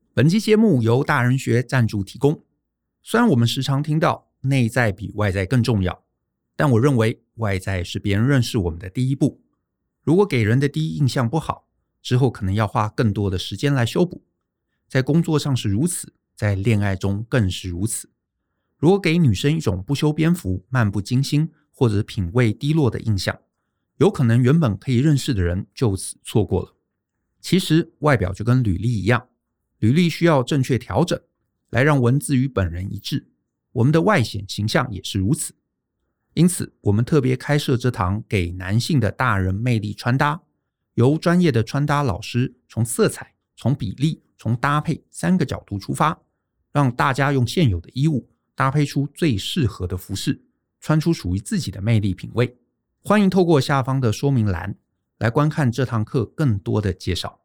本期节目由大人学赞助提供。虽然我们时常听到内在比外在更重要，但我认为外在是别人认识我们的第一步。如果给人的第一印象不好，之后可能要花更多的时间来修补。在工作上是如此，在恋爱中更是如此。如果给女生一种不修边幅、漫不经心或者品味低落的印象，有可能原本可以认识的人就此错过了。其实外表就跟履历一样，履历需要正确调整，来让文字与本人一致。我们的外显形象也是如此。因此我们特别开设这堂给男性的大人魅力穿搭，由专业的穿搭老师从色彩、从比例、从搭配3个角度出发，让大家用现有的衣物搭配出最适合的服饰，穿出属于自己的魅力品味。欢迎透过下方的说明栏来观看这堂课更多的介绍。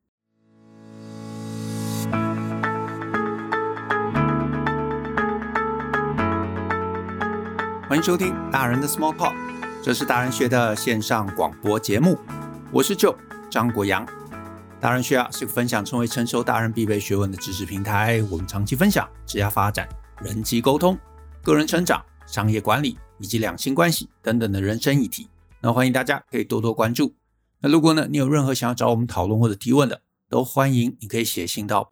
欢迎收听大人的 Small Talk， 这是大人学的线上广播节目，我是Joe张国阳。大人学是个分享成为成熟大人必备学问的知识平台，我们长期分享职业发展、人际沟通、个人成长、商业管理以及两性关系等等的人生议题。那欢迎大家可以多多关注。那如果呢你有任何想要找我们讨论或者提问的，都欢迎你可以写信到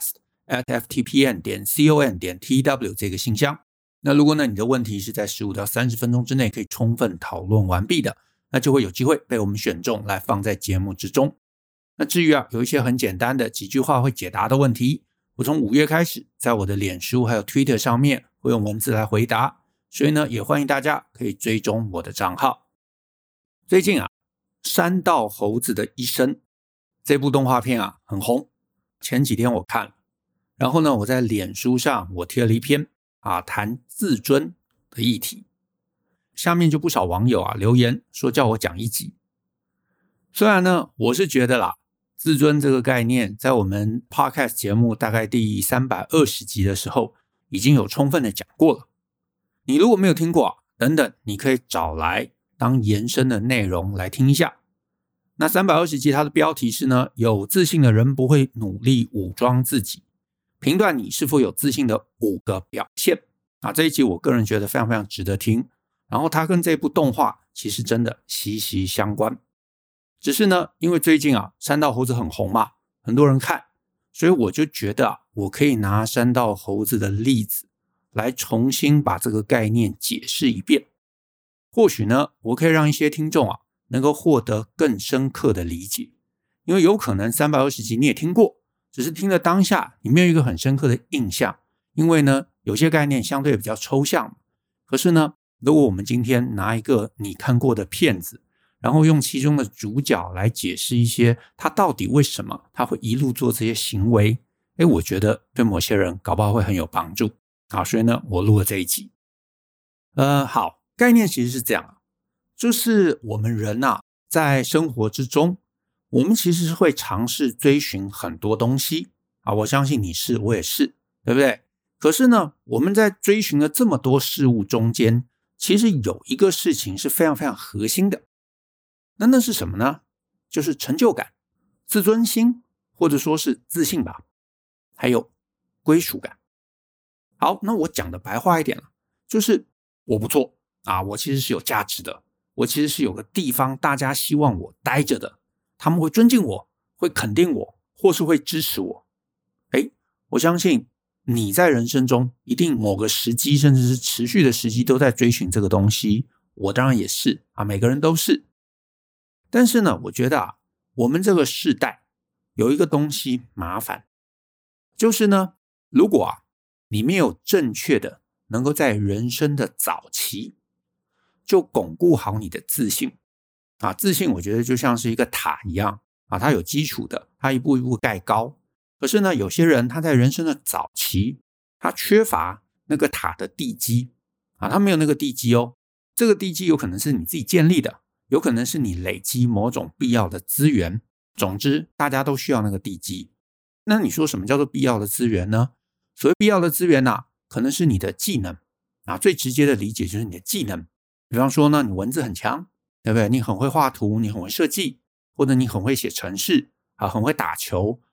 podcast@ftpn.com.tw 这个信箱。那如果呢你的问题是在15到30分钟之内可以充分讨论完毕的，那就会有机会被我们选中来放在节目之中。那至于有一些很简单的几句话会解答的问题，我从5月开始在我的脸书还有 Twitter 上面会用文字来回答，所以呢也欢迎大家可以追踪我的账号。最近山道猴子的一生这部动画片很红，前几天我看了，然后呢我在脸书上我贴了一篇谈自尊的议题，下面就不少网友留言说叫我讲一集。虽然呢我是觉得自尊这个概念在我们 podcast 节目大概第320集的时候已经有充分的讲过了，你如果没有听过等等你可以找来当延伸的内容来听一下。那320集它的标题是呢，有自信的人不会努力武装自己，评断你是否有自信的5个表现。这一集我个人觉得非常非常值得听，然后它跟这部动画其实真的息息相关。只是呢因为最近山道猴子很红嘛，很多人看，所以我就觉得我可以拿山道猴子的例子来重新把这个概念解释一遍。或许呢我可以让一些听众能够获得更深刻的理解，因为有可能320集你也听过，只是听了当下你没有一个很深刻的印象，因为呢有些概念相对比较抽象。可是呢如果我们今天拿一个你看过的片子，然后用其中的主角来解释一些他到底为什么他会一路做这些行为，我觉得对某些人搞不好会很有帮助。所以呢我录了这一集。好，概念其实是这样，就是我们人在生活之中，我们其实是会尝试追寻很多东西我相信你是，我也是，对不对？可是呢我们在追寻的这么多事物中间，其实有一个事情是非常非常核心的。那是什么呢？就是成就感、自尊心，或者说是自信吧，还有归属感。好，那我讲的白话一点了，就是我不错我其实是有价值的，我其实是有个地方大家希望我待着的，他们会尊敬我，会肯定我，或是会支持我。我相信你在人生中一定某个时机，甚至是持续的时机都在追寻这个东西，我当然也是每个人都是。但是呢我觉得我们这个世代有一个东西麻烦，就是呢如果你没有正确的能够在人生的早期就巩固好你的自信自信我觉得就像是一个塔一样它有基础的，它一步一步盖高。可是呢有些人他在人生的早期他缺乏那个塔的地基他没有那个地基这个地基有可能是你自己建立的，有可能是你累积某种必要的资源，总之大家都需要那个地基。那你说什么叫做必要的资源呢？所谓必要的资源可能是你的技能最直接的理解就是你的技能。比方说呢你文字很强，对不对？你很会画图，你很会设计，或者你很会写程式很会打球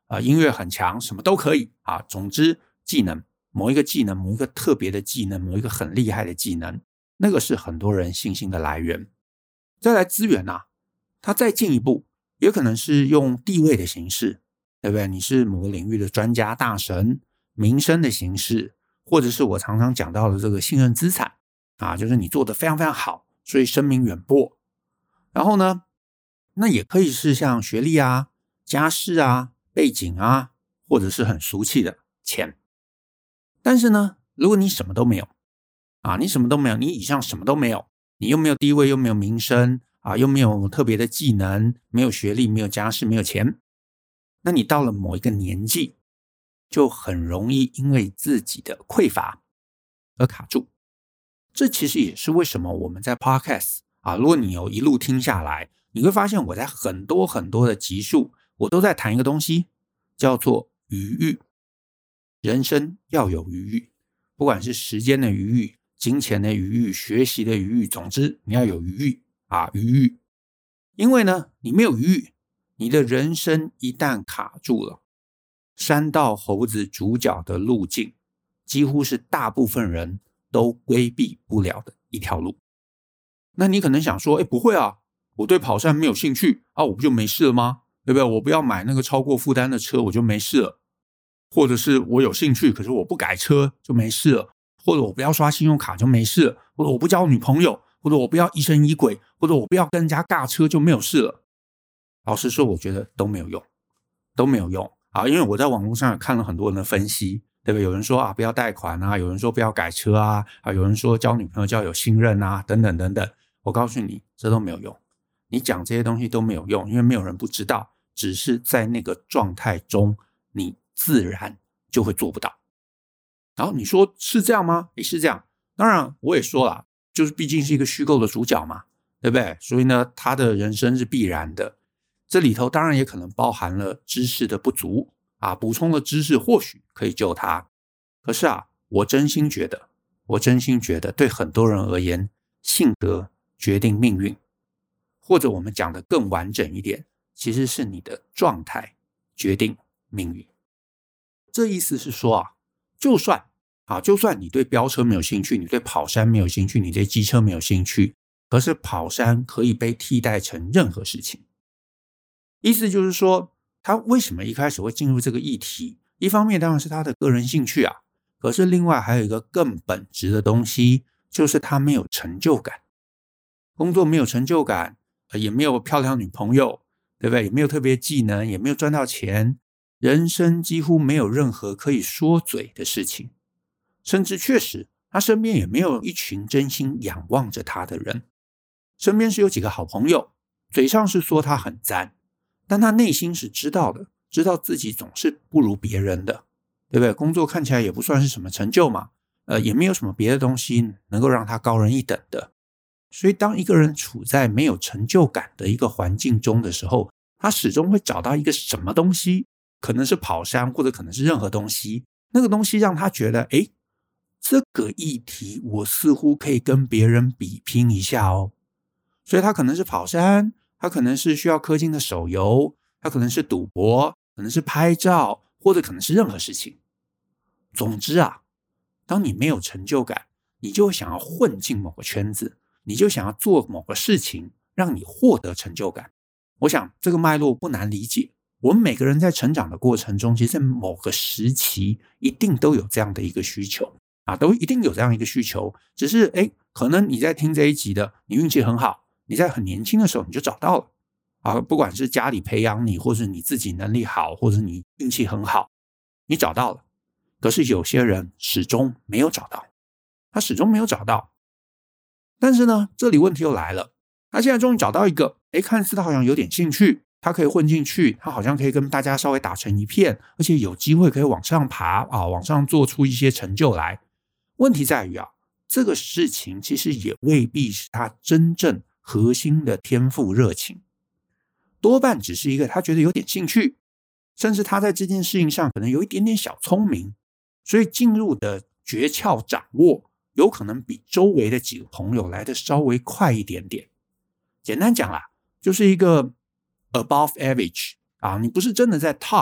音乐很强，什么都可以啊。总之技能，某一个技能，某一个特别的技能，某一个很厉害的技能，那个是很多人信心的来源。再来资源啊，它再进一步也可能是用地位的形式，对不对？你是某个领域的专家大神，名声的形式，或者是我常常讲到的这个信任资产啊，就是你做得非常非常好，所以声名远播。然后呢，那也可以是像学历啊、家世啊、背景啊，或者是很俗气的钱。但是呢，如果你什么都没有啊，你什么都没有，你以上什么都没有，你又没有地位，又没有名声啊，又没有特别的技能，没有学历，没有家世，没有钱，那你到了某一个年纪，就很容易因为自己的匮乏而卡住。这其实也是为什么我们在 Podcast 啊，如果你有一路听下来，你会发现我在很多很多的集数，我都在谈一个东西，叫做余裕。人生要有余裕，不管是时间的余裕、金钱的余裕、学习的余裕，总之你要有余裕啊，余裕。因为呢，你没有余裕，你的人生一旦卡住了，山道猴子主角的路径，几乎是大部分人都规避不了的一条路。那你可能想说，不会啊，我对跑山没有兴趣啊，我不就没事了吗？对不对？我不要买那个超过负担的车，我就没事了。或者是我有兴趣，可是我不改车就没事了，或者我不要刷信用卡就没事了，或者我不交女朋友，或者我不要疑神疑鬼，或者我不要跟人家尬车就没有事了。老实说，我觉得都没有用，都没有用啊！因为我在网络上也看了很多人的分析，对不对？有人说啊，不要贷款啊，有人说不要改车啊，有人说交女朋友就要有信任啊，等等等等。我告诉你，这都没有用。你讲这些东西都没有用，因为没有人不知道，只是在那个状态中，你自然就会做不到。然后你说是这样吗？也是这样。当然我也说了，就是毕竟是一个虚构的主角嘛，对不对？所以呢，他的人生是必然的。这里头当然也可能包含了知识的不足啊，补充的知识或许可以救他。可是啊，我真心觉得对很多人而言，性格决定命运，或者我们讲的更完整一点，其实是你的状态决定命运。这意思是说啊，就算你对飙车没有兴趣，你对跑山没有兴趣，你对机车没有兴趣，可是跑山可以被替代成任何事情。意思就是说，他为什么一开始会进入这个议题？一方面当然是他的个人兴趣啊，可是另外还有一个更本质的东西，就是他没有成就感。工作没有成就感，也没有漂亮女朋友，对不对？也没有特别技能，也没有赚到钱，人生几乎没有任何可以说嘴的事情，甚至确实他身边也没有一群真心仰望着他的人。身边是有几个好朋友，嘴上是说他很赞，但他内心是知道的，知道自己总是不如别人的，对不对？工作看起来也不算是什么成就嘛，也没有什么别的东西能够让他高人一等的。所以当一个人处在没有成就感的一个环境中的时候，他始终会找到一个什么东西，可能是跑山，或者可能是任何东西，那个东西让他觉得这个议题我似乎可以跟别人比拼一下哦。所以他可能是跑山，他可能是需要氪金的手游，他可能是赌博，可能是拍照，或者可能是任何事情。总之啊，当你没有成就感，你就想要混进某个圈子，你就想要做某个事情让你获得成就感。我想这个脉络不难理解，我们每个人在成长的过程中，其实在某个时期一定都有这样的一个需求啊，都一定有这样一个需求，只是可能你在听这一集的，你运气很好，你在很年轻的时候你就找到了啊，不管是家里培养你，或是你自己能力好，或者你运气很好，你找到了。可是有些人始终没有找到，他始终没有找到。但是呢，这里问题又来了，他现在终于找到一个，看似他好像有点兴趣，他可以混进去，他好像可以跟大家稍微打成一片，而且有机会可以往上爬啊，往上做出一些成就来。问题在于啊，这个事情其实也未必是他真正核心的天赋热情，多半只是一个他觉得有点兴趣，甚至他在这件事情上可能有一点点小聪明，所以进入的诀窍掌握有可能比周围的几个朋友来的稍微快一点点。简单讲啦，就是一个 above average 啊，你不是真的在 top，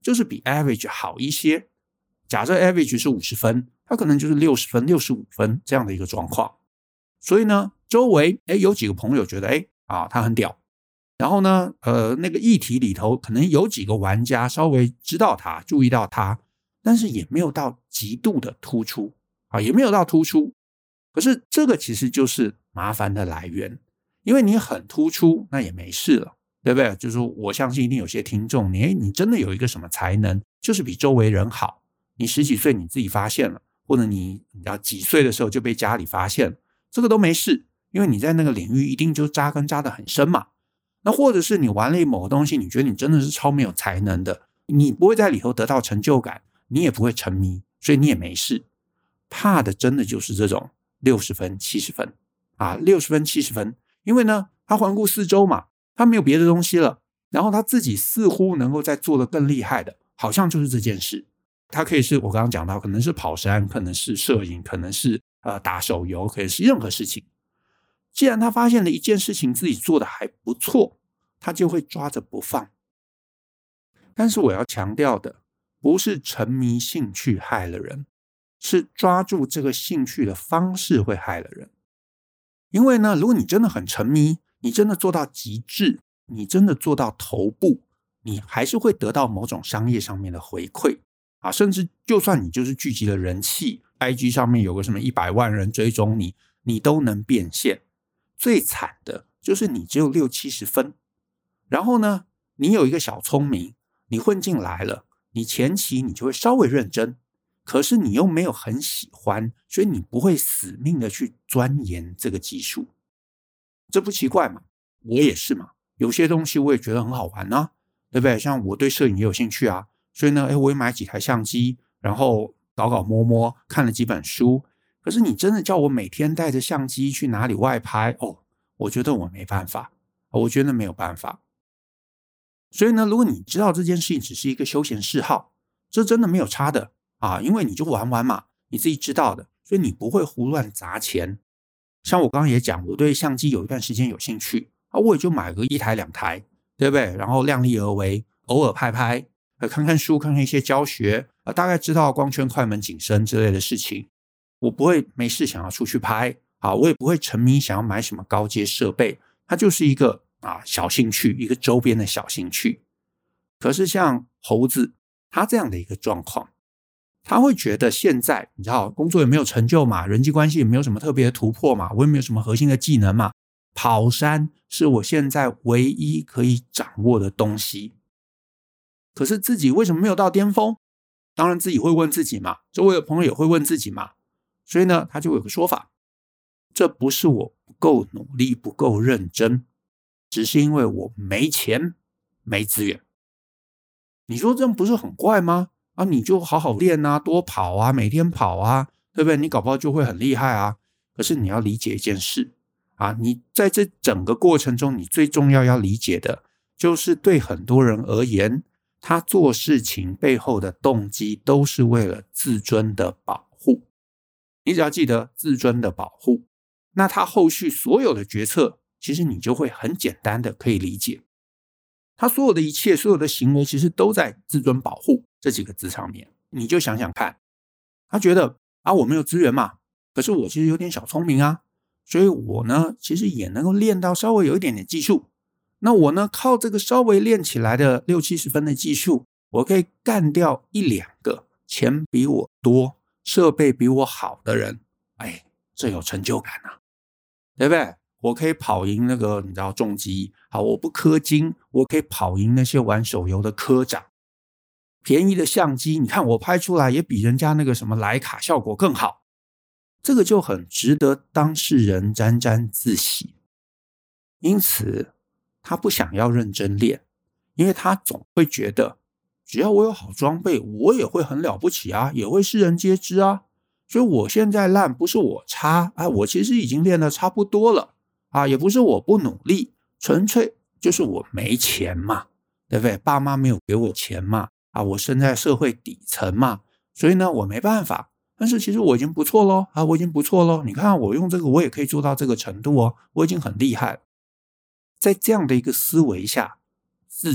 就是比 average 好一些。假设 average 是50分，他可能就是60分、65分这样的一个状况。所以呢，周围有几个朋友觉得他很屌，然后呢那个议题里头可能有几个玩家稍微知道他、注意到他，但是也没有到极度的突出也没有到突出。可是这个其实就是麻烦的来源，因为你很突出那也没事了，对不对？就是我相信一定有些听众你真的有一个什么才能，就是比周围人好，你10几岁你自己发现了，或者你要几岁的时候就被家里发现了，这个都没事，因为你在那个领域一定就扎根扎得很深嘛。那或者是你玩了某个东西，你觉得你真的是超没有才能的，你不会在里头得到成就感，你也不会沉迷，所以你也没事。怕的真的就是这种60分70分60分70分，因为呢他环顾四周嘛，他没有别的东西了，然后他自己似乎能够再做得更厉害的，好像就是这件事。他可以是我刚刚讲到，可能是跑山，可能是摄影，可能是打手游，可以是任何事情。既然他发现了一件事情自己做得还不错，他就会抓着不放。但是我要强调的不是沉迷兴趣害了人，是抓住这个兴趣的方式会害了人。因为呢，如果你真的很沉迷，你真的做到极致，你真的做到头部，你还是会得到某种商业上面的回馈甚至就算你就是聚集了人气， IG 上面有个什么100万人追踪你，你都能变现。最惨的就是你只有60、70分，然后呢你有一个小聪明，你混进来了，你前期你就会稍微认真，可是你又没有很喜欢，所以你不会死命的去钻研这个技术。这不奇怪嘛，我也是嘛，有些东西我也觉得很好玩对不对？像我对摄影也有兴趣所以呢我也买几台相机，然后搞摸摸，看了几本书。可是你真的叫我每天带着相机去哪里外拍我觉得我没办法，我觉得没有办法。所以呢，如果你知道这件事情只是一个休闲嗜好，这真的没有差的因为你就玩玩嘛，你自己知道的，所以你不会胡乱砸钱。像我刚刚也讲，我对相机有一段时间有兴趣我也就买个1台2台，对不对？然后量力而为，偶尔拍拍，看看书，看看一些教学大概知道光圈、快门、景深之类的事情。我不会没事想要出去拍我也不会沉迷想要买什么高阶设备，它就是一个小兴趣，一个周边的小兴趣。可是像猴子他这样的一个状况，他会觉得现在你知道工作也没有成就嘛，人际关系也没有什么特别的突破嘛，我也没有什么核心的技能嘛，跑山是我现在唯一可以掌握的东西。可是自己为什么没有到巅峰？当然自己会问自己嘛，周围的朋友也会问自己嘛。所以呢他就有个说法，这不是我不够努力不够认真，只是因为我没钱没资源。你说这样不是很怪吗？你就好好练多跑每天跑对不对？你搞不好就会很厉害可是你要理解一件事你在这整个过程中，你最重要理解的就是对很多人而言，他做事情背后的动机都是为了自尊的保护。你只要记得自尊的保护，那他后续所有的决策，其实你就会很简单的可以理解。他所有的一切，所有的行为，其实都在自尊保护这几个字上面。你就想想看，他觉得我没有资源嘛，可是我其实有点小聪明所以我呢其实也能够练到稍微有一点点技术。那我呢靠这个稍微练起来的60、70分的技术，我可以干掉1、2个钱比我多、设备比我好的人，这有成就感对不对？我可以跑赢那个你知道重机我不氪金，我可以跑赢那些玩手游的科长。便宜的相机你看我拍出来也比人家那个什么徕卡效果更好，这个就很值得当事人沾沾自喜。因此他不想要认真练，因为他总会觉得只要我有好装备，我也会很了不起也会世人皆知所以我现在烂不是我差我其实已经练得差不多了也不是我不努力，纯粹就是我没钱嘛，对不对？爸妈没有给我钱嘛我生在社会底层嘛，所以呢我没办法。但是其实我已经不错咯我已经不错咯，你看我用这个我也可以做到这个程度我已经很厉害了。在这样的一个思维下，自尊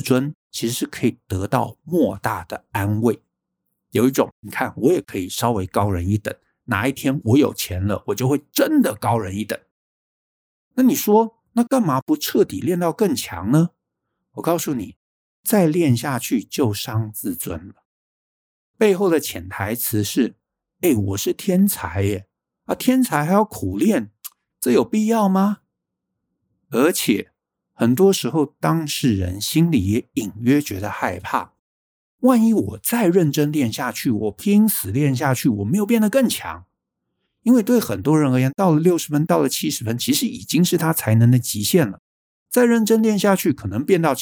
其实是可以得到莫大的安慰。有一种你看我也可以稍微高人一等，哪一天我有钱了，我就会真的高人一等。那你说那干嘛不彻底练到更强呢？我告诉你，再练下去就伤自尊了。背后的潜台词是我是天才耶，天才还要苦练，这有必要吗？而且很多时候当事人心里也隐约觉得害怕，万一我再认真练下去，我拼死练下去，我没有变得更强。因为对很多人而言，到了60分，到了70分，其实已经是他才能的极限了。再认真练下去，可能变到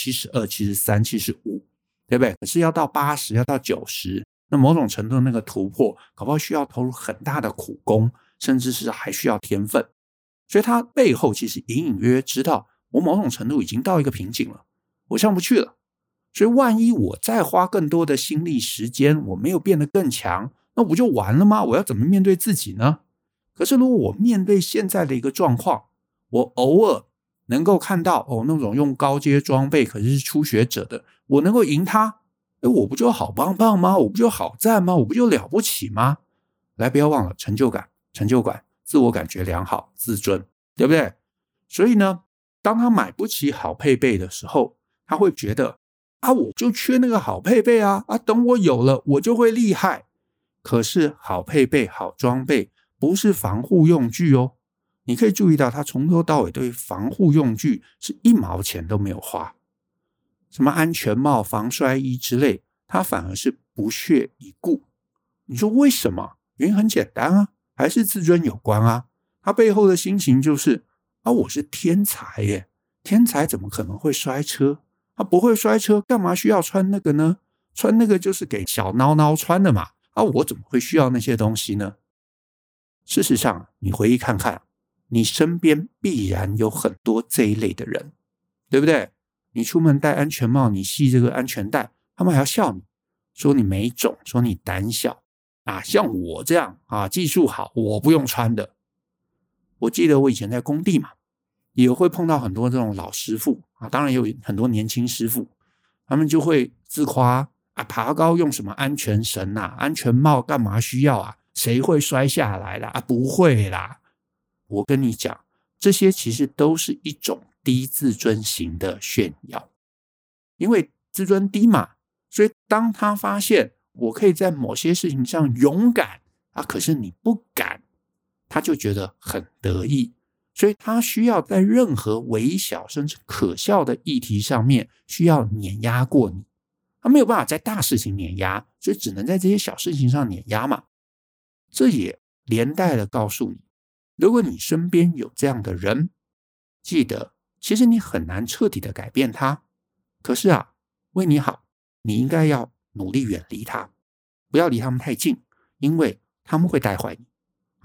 72、73、75，对不对？可是要到80，要到90，那某种程度那个突破，搞不好需要投入很大的苦功，甚至是还需要天分。所以他背后其实隐隐约约知道，我某种程度已经到一个瓶颈了，我上不去了。所以万一我再花更多的心力时间，我没有变得更强，那不就完了吗？我要怎么面对自己呢？可是如果我面对现在的一个状况，我偶尔能够看到那种用高阶装备可是初学者的，我能够赢他，我不就好棒棒吗？我不就好赞吗？我不就了不起吗？来，不要忘了成就感，自我感觉良好，自尊，对不对？所以呢，当他买不起好配备的时候，他会觉得我就缺那个好配备等我有了我就会厉害。可是好配备好装备不是防护用具哦，你可以注意到他从头到尾对防护用具是1毛钱都没有花，什么安全帽、防摔衣之类，他反而是不屑一顾。你说为什么？原因很简单还是自尊有关他背后的心情就是我是天才耶，天才怎么可能会摔车？不会摔车干嘛需要穿那个呢？穿那个就是给小孬孬穿的嘛，我怎么会需要那些东西呢？事实上你回忆看看，你身边必然有很多这一类的人，对不对？你出门戴安全帽，你系这个安全带，他们还要笑你，说你没种，说你胆小像我这样技术好，我不用穿的。我记得我以前在工地嘛，也会碰到很多这种老师傅当然有很多年轻师傅，他们就会自夸爬高用什么安全绳安全帽干嘛需要谁会摔下来啦不会啦。我跟你讲，这些其实都是一种低自尊型的炫耀，因为自尊低嘛，所以当他发现我可以在某些事情上勇敢可是你不敢，他就觉得很得意，所以他需要在任何微小甚至可笑的议题上面需要碾压过你，他没有办法在大事情碾压，所以只能在这些小事情上碾压嘛。这也连带的告诉你，如果你身边有这样的人，记得其实你很难彻底的改变他，可是为你好，你应该要努力远离他，不要离他们太近，因为他们会带坏你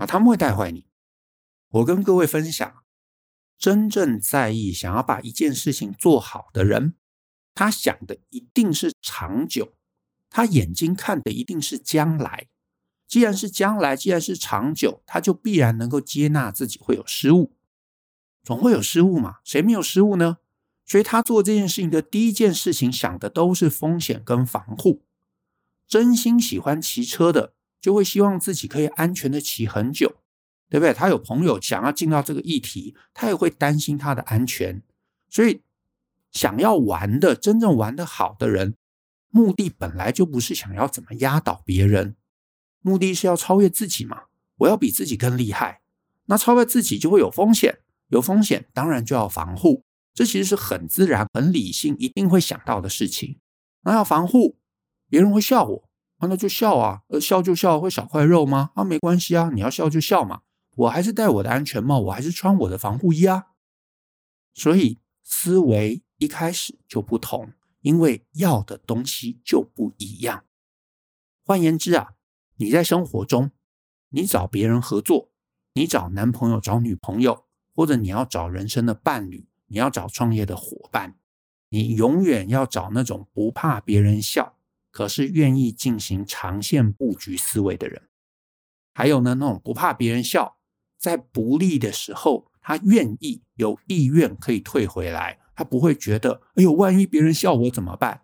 我跟各位分享，真正在意想要把一件事情做好的人，他想的一定是长久，他眼睛看的一定是将来。既然是将来，既然是长久，他就必然能够接纳自己会有失误，总会有失误嘛，谁没有失误呢？所以他做这件事情的第一件事情想的都是风险跟防护。真心喜欢骑车的就会希望自己可以安全的骑很久，对不对？他有朋友想要进到这个议题，他也会担心他的安全。所以想要玩的，真正玩得好的人，目的本来就不是想要怎么压倒别人，目的是要超越自己嘛，我要比自己更厉害。那超越自己就会有风险，有风险当然就要防护，这其实是很自然很理性一定会想到的事情。那要防护，别人会笑我那就笑笑就笑，会少块肉吗？没关系你要笑就笑嘛，我还是戴我的安全帽，我还是穿我的防护衣所以思维一开始就不同，因为要的东西就不一样。换言之你在生活中，你找别人合作，你找男朋友找女朋友，或者你要找人生的伴侣，你要找创业的伙伴，你永远要找那种不怕别人笑，可是愿意进行长线布局思维的人。还有呢，那种不怕别人笑，在不利的时候他愿意有意愿可以退回来，他不会觉得万一别人笑我怎么办？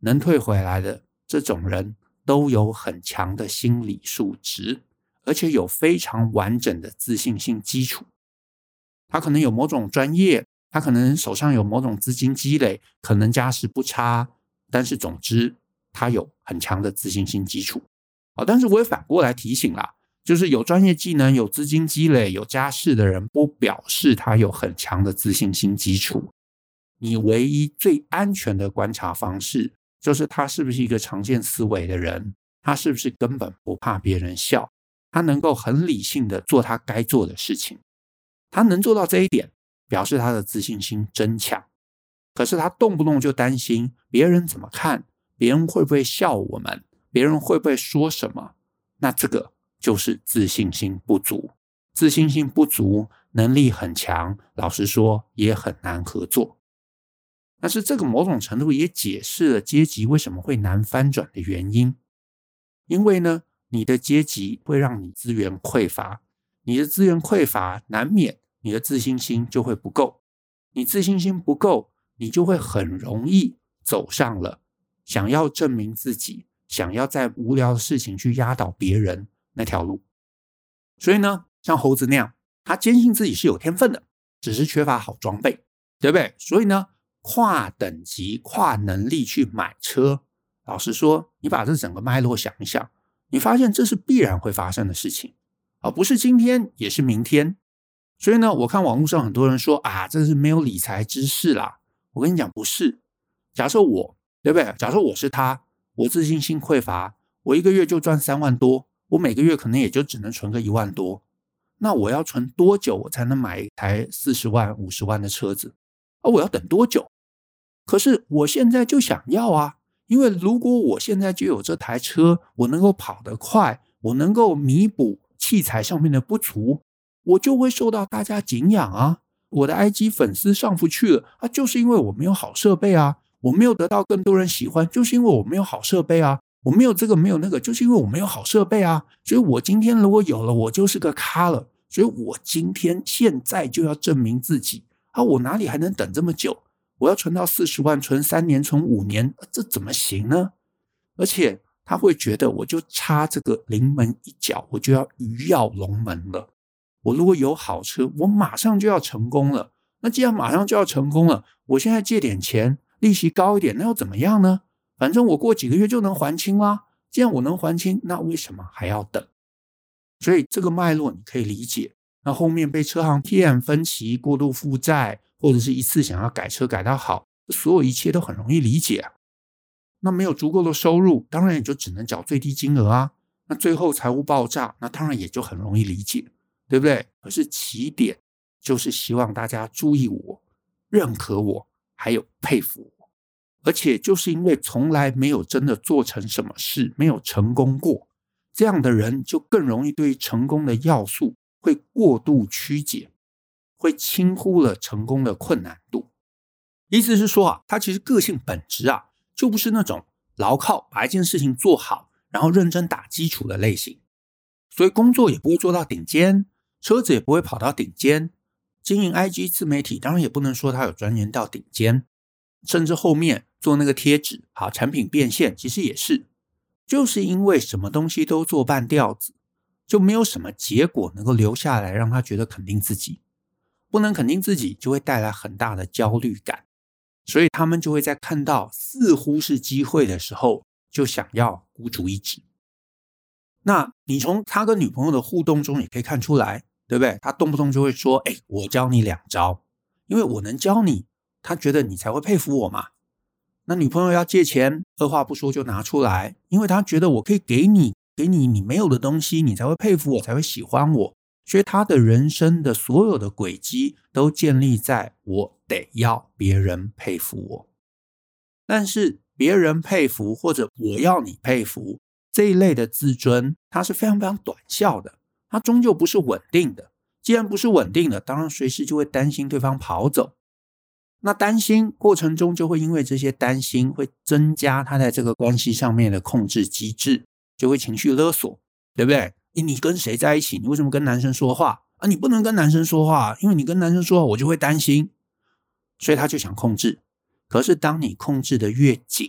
能退回来的这种人都有很强的心理素质，而且有非常完整的自信心基础。他可能有某种专业，他可能手上有某种资金积累，可能家世不差，但是总之他有很强的自信心基础。但是我也反过来提醒啦，就是有专业技能、有资金积累、有家世的人，不表示他有很强的自信心基础。你唯一最安全的观察方式，就是他是不是一个常见思维的人，他是不是根本不怕别人笑，他能够很理性的做他该做的事情。他能做到这一点，表示他的自信心真强。可是他动不动就担心别人怎么看，别人会不会笑我们，别人会不会说什么，那这个就是自信心不足。自信心不足，能力很强，老实说也很难合作。但是这个某种程度也解释了阶级为什么会难翻转的原因。因为呢，你的阶级会让你资源匮乏，你的资源匮乏，难免你的自信心就会不够。你自信心不够，你就会很容易走上了想要证明自己，想要在无聊的事情去压倒别人那条路。所以呢，像猴子那样，他坚信自己是有天分的，只是缺乏好装备，对不对？所以呢，跨等级、跨能力去买车，老实说，你把这整个脉络想一想，你发现这是必然会发生的事情，不是今天也是明天。所以呢，我看网络上很多人说这是没有理财知识啦。我跟你讲，不是。假设我，对不对？假设我是他，我自信心匮乏，我一个月就赚3万多，我每个月可能也就只能存个1万多。那我要存多久我才能买一台40万、50万的车子？我要等多久？可是我现在就想要啊，因为如果我现在就有这台车，我能够跑得快，我能够弥补器材上面的不足，我就会受到大家敬仰啊。我的 IG 粉丝上不去了就是因为我没有好设备啊，我没有得到更多人喜欢，就是因为我没有好设备啊，我没有这个没有那个，就是因为我没有好设备啊。所以我今天如果有了，我就是个咖了。所以我今天现在就要证明自己我哪里还能等这么久？我要存到40万，存3年，存5年，这怎么行呢？而且他会觉得我就差这个临门一脚，我就要鱼跃龙门了。我如果有好车，我马上就要成功了。那既然马上就要成功了，我现在借点钱，利息高一点，那又怎么样呢？反正我过几个月就能还清啦。既然我能还清，那为什么还要等？所以这个脉络你可以理解。那后面被车行骗、分期、过度负债，或者是一次想要改车改到好，所有一切都很容易理解那没有足够的收入，当然也就只能缴最低金额啊。那最后财务爆炸，那当然也就很容易理解，对不对？可是起点就是希望大家注意我、认可我，还有佩服我。而且就是因为从来没有真的做成什么事，没有成功过，这样的人就更容易对于成功的要素会过度曲解，会轻忽了成功的困难度。意思是说他其实个性本质就不是那种牢靠把一件事情做好，然后认真打基础的类型。所以工作也不会做到顶尖，车子也不会跑到顶尖，经营 IG 自媒体当然也不能说他有钻研到顶尖，甚至后面做那个贴纸产品变现其实也是，就是因为什么东西都做半吊子，就没有什么结果能够留下来让他觉得肯定自己。不能肯定自己就会带来很大的焦虑感，所以他们就会在看到似乎是机会的时候就想要孤注一掷。那你从他跟女朋友的互动中也可以看出来，对不对？他动不动就会说我教你2招，因为我能教你，他觉得你才会佩服我嘛。那女朋友要借钱，二话不说就拿出来，因为他觉得我可以给你你没有的东西，你才会佩服我，才会喜欢我。所以他的人生的所有的轨迹都建立在我得要别人佩服我。但是别人佩服或者我要你佩服这一类的自尊，它是非常非常短效的，它终究不是稳定的。既然不是稳定的，当然随时就会担心对方跑走。那担心过程中就会因为这些担心会增加他在这个关系上面的控制机制，就会情绪勒索，对不对？你跟谁在一起？你为什么跟男生说话你不能跟男生说话，因为你跟男生说话我就会担心，所以他就想控制。可是当你控制的越紧，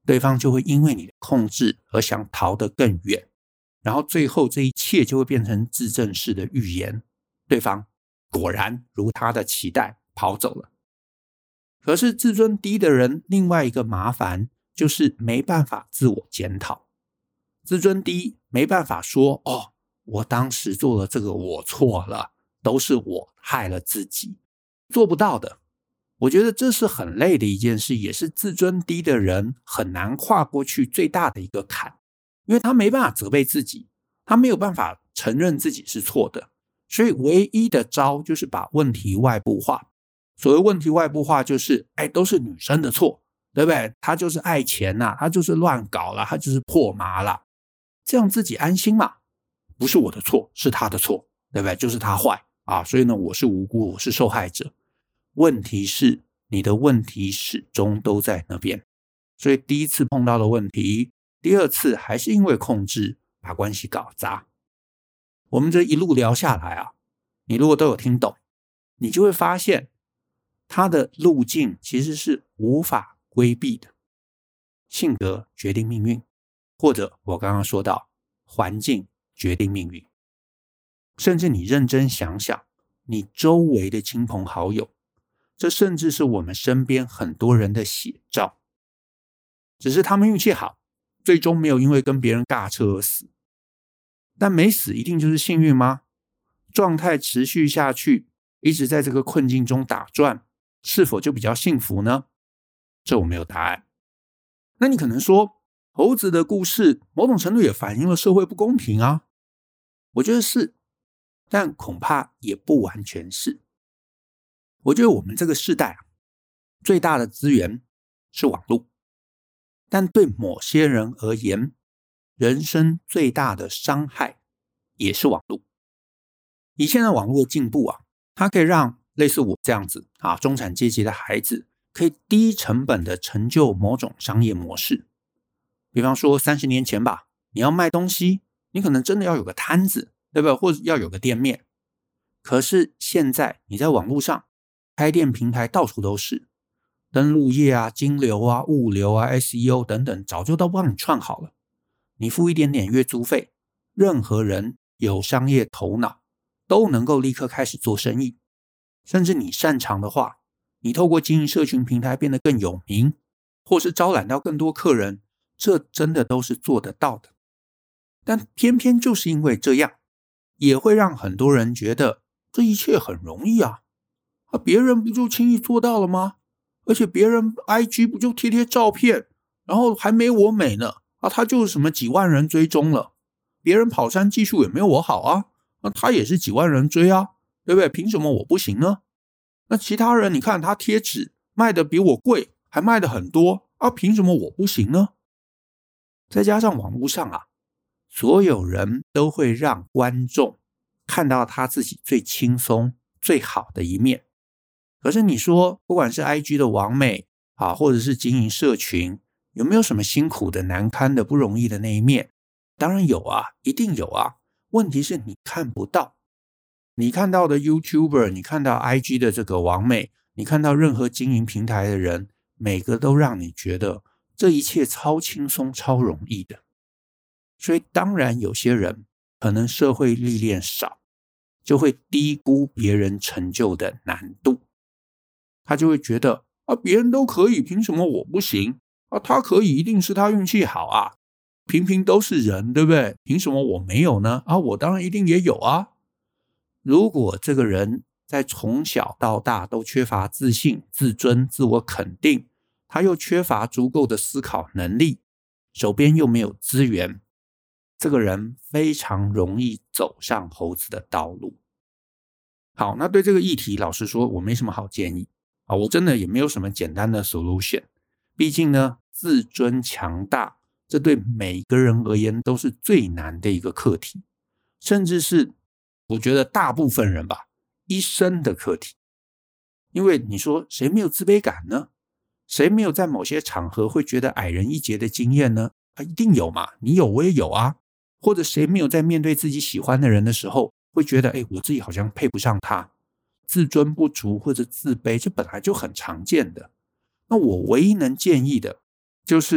对方就会因为你的控制而想逃得更远，然后最后这一切就会变成自证式的预言，对方果然如他的期待跑走了。可是自尊低的人另外一个麻烦就是没办法自我检讨，自尊低没办法说我当时做了这个我错了，都是我害了自己，做不到的。我觉得这是很累的一件事，也是自尊低的人很难跨过去最大的一个坎，因为他没办法责备自己，他没有办法承认自己是错的，所以唯一的招就是把问题外部化。所谓问题外部化就是都是女生的错，对不对？她就是爱钱啦，她就是乱搞啦，她就是破麻啦，这样自己安心嘛，不是我的错，是她的错，对不对？就是她坏啊，所以呢我是无辜，我是受害者。问题是你的问题始终都在那边，所以第一次碰到的问题，第二次还是因为控制把关系搞砸。我们这一路聊下来啊，你如果都有听懂，你就会发现它的路径其实是无法规避的。性格决定命运，或者我刚刚说到环境决定命运，甚至你认真想想，你周围的亲朋好友，这甚至是我们身边很多人的写照，只是他们运气好，最终没有因为跟别人尬车而死。但没死一定就是幸运吗？状态持续下去，一直在这个困境中打转，是否就比较幸福呢？这我没有答案。那你可能说，猴子的故事某种程度也反映了社会不公平啊。我觉得是，但恐怕也不完全是。我觉得我们这个世代最大的资源是网络，但对某些人而言，人生最大的伤害也是网络。以现在网络的进步它可以让类似我这样子中产阶级的孩子可以低成本的成就某种商业模式。比方说30年前吧，你要卖东西，你可能真的要有个摊子，对吧？或者要有个店面。可是现在你在网络上开店平台到处都是，登录页金流物流SEO 等等早就都帮你串好了。你付一点点月租费，任何人有商业头脑都能够立刻开始做生意。甚至你擅长的话，你透过经营社群平台变得更有名，或是招揽到更多客人，这真的都是做得到的。但偏偏就是因为这样，也会让很多人觉得这一切很容易别人不就轻易做到了吗？而且别人 IG 不就贴贴照片，然后还没我美呢他就是什么几万人追踪了。别人跑山技术也没有我好他也是几万人追对不对？凭什么我不行呢？那其他人你看他贴纸卖的比我贵，还卖的很多凭什么我不行呢？再加上网络上所有人都会让观众看到他自己最轻松最好的一面。可是你说不管是 IG 的网美或者是经营社群，有没有什么辛苦的难堪的不容易的那一面？当然有一定有问题是你看不到。你看到的 YouTuber， 你看到 IG 的这个网美，你看到任何经营平台的人，每个都让你觉得这一切超轻松超容易的。所以当然有些人可能社会历练少，就会低估别人成就的难度。他就会觉得别人都可以，凭什么我不行他可以一定是他运气好平平都是人，对不对？凭什么我没有呢我当然一定也有如果这个人在从小到大都缺乏自信、自尊、自我肯定，他又缺乏足够的思考能力，手边又没有资源，这个人非常容易走上猴子的道路。好，那对这个议题，老实说我没什么好建议我真的也没有什么简单的 solution。 毕竟呢，自尊强大，这对每个人而言都是最难的一个课题，甚至是我觉得大部分人吧一生的课题。因为你说谁没有自卑感呢？谁没有在某些场合会觉得矮人一截的经验呢？一定有嘛，你有我也有或者谁没有在面对自己喜欢的人的时候会觉得我自己好像配不上他，自尊不足或者自卑，这本来就很常见的。那我唯一能建议的就是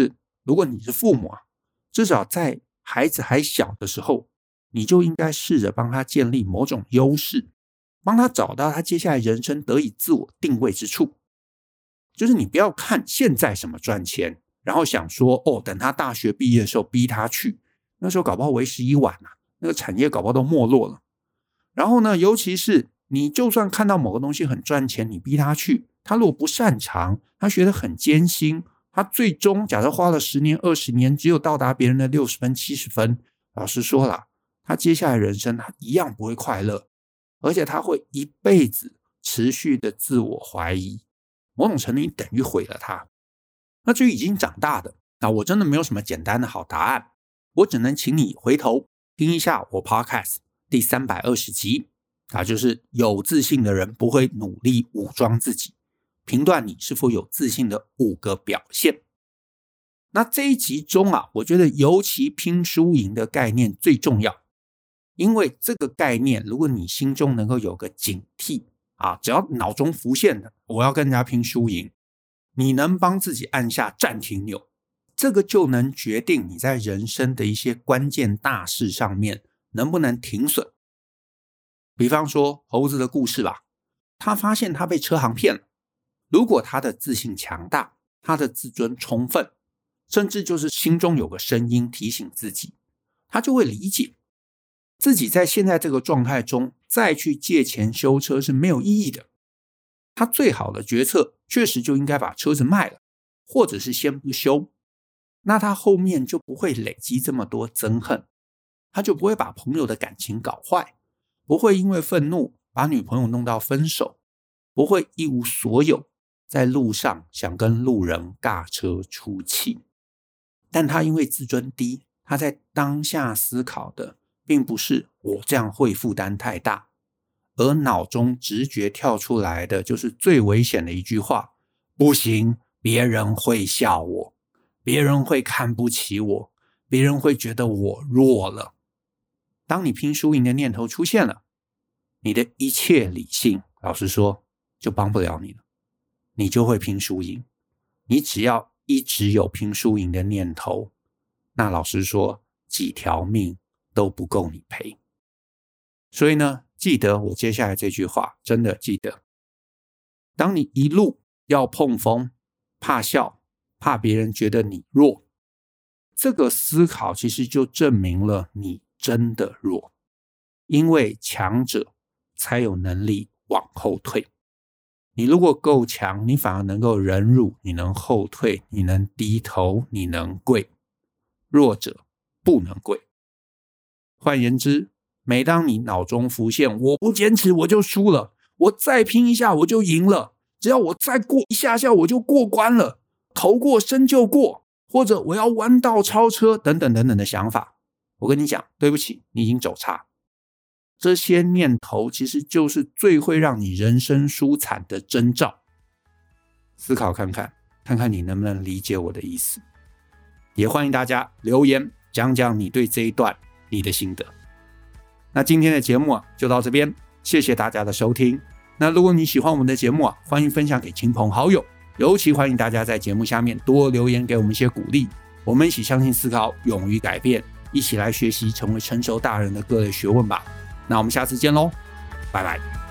如果你是父母啊，至少在孩子还小的时候，你就应该试着帮他建立某种优势，帮他找到他接下来人生得以自我定位之处。就是你不要看现在什么赚钱，然后想说等他大学毕业的时候逼他去，那时候搞不好为时已晚啊，那个产业搞不好都没落了。然后呢，尤其是你就算看到某个东西很赚钱，你逼他去，他如果不擅长，他学得很艰辛，他最终假设花了10年20年，只有到达别人的60分70分，老实说啦，他接下来人生他一样不会快乐，而且他会一辈子持续的自我怀疑，某种程度等于毁了他。那至于已经长大的，那我真的没有什么简单的好答案，我只能请你回头听一下我 Podcast 第320集，就是有自信的人不会努力武装自己，评断你是否有自信的5个表现。那这一集中啊，我觉得尤其拼输赢的概念最重要，因为这个概念如果你心中能够有个警惕只要脑中浮现的我要跟人家拼输赢，你能帮自己按下暂停钮，这个就能决定你在人生的一些关键大事上面能不能停损。比方说猴子的故事吧，他发现他被车行骗了，如果他的自信强大，他的自尊充分，甚至就是心中有个声音提醒自己，他就会理解自己在现在这个状态中再去借钱修车是没有意义的，他最好的决策确实就应该把车子卖了，或者是先不修，那他后面就不会累积这么多憎恨，他就不会把朋友的感情搞坏，不会因为愤怒把女朋友弄到分手，不会一无所有，在路上想跟路人尬车出气。但他因为自尊低，他在当下思考的并不是我这样会负担太大，而脑中直觉跳出来的就是最危险的一句话，不行，别人会笑我，别人会看不起我，别人会觉得我弱了。当你拼输赢的念头出现了，你的一切理性老实说就帮不了你了，你就会拼输赢。你只要一直有拼输赢的念头，那老实说几条命都不够你赔。所以呢，记得我接下来这句话，真的记得，当你一路要碰风，怕笑，怕别人觉得你弱，这个思考其实就证明了你真的弱，因为强者才有能力往后退。你如果够强，你反而能够忍辱，你能后退，你能低头，你能跪。弱者不能跪。换言之，每当你脑中浮现我不坚持我就输了，我再拼一下我就赢了，只要我再过一下下我就过关了，头过身就过，或者我要弯道超车等等等等的想法，我跟你讲，对不起，你已经走差。这些念头其实就是最会让你人生输惨的征兆。思考看看，看看你能不能理解我的意思。也欢迎大家留言讲讲你对这一段你的心得。那今天的节目就到这边，谢谢大家的收听。那如果你喜欢我们的节目欢迎分享给亲朋好友，尤其欢迎大家在节目下面多留言给我们一些鼓励。我们一起相信思考，勇于改变，一起来学习成为成熟大人的各类学问吧。那我们下次见咯，拜拜。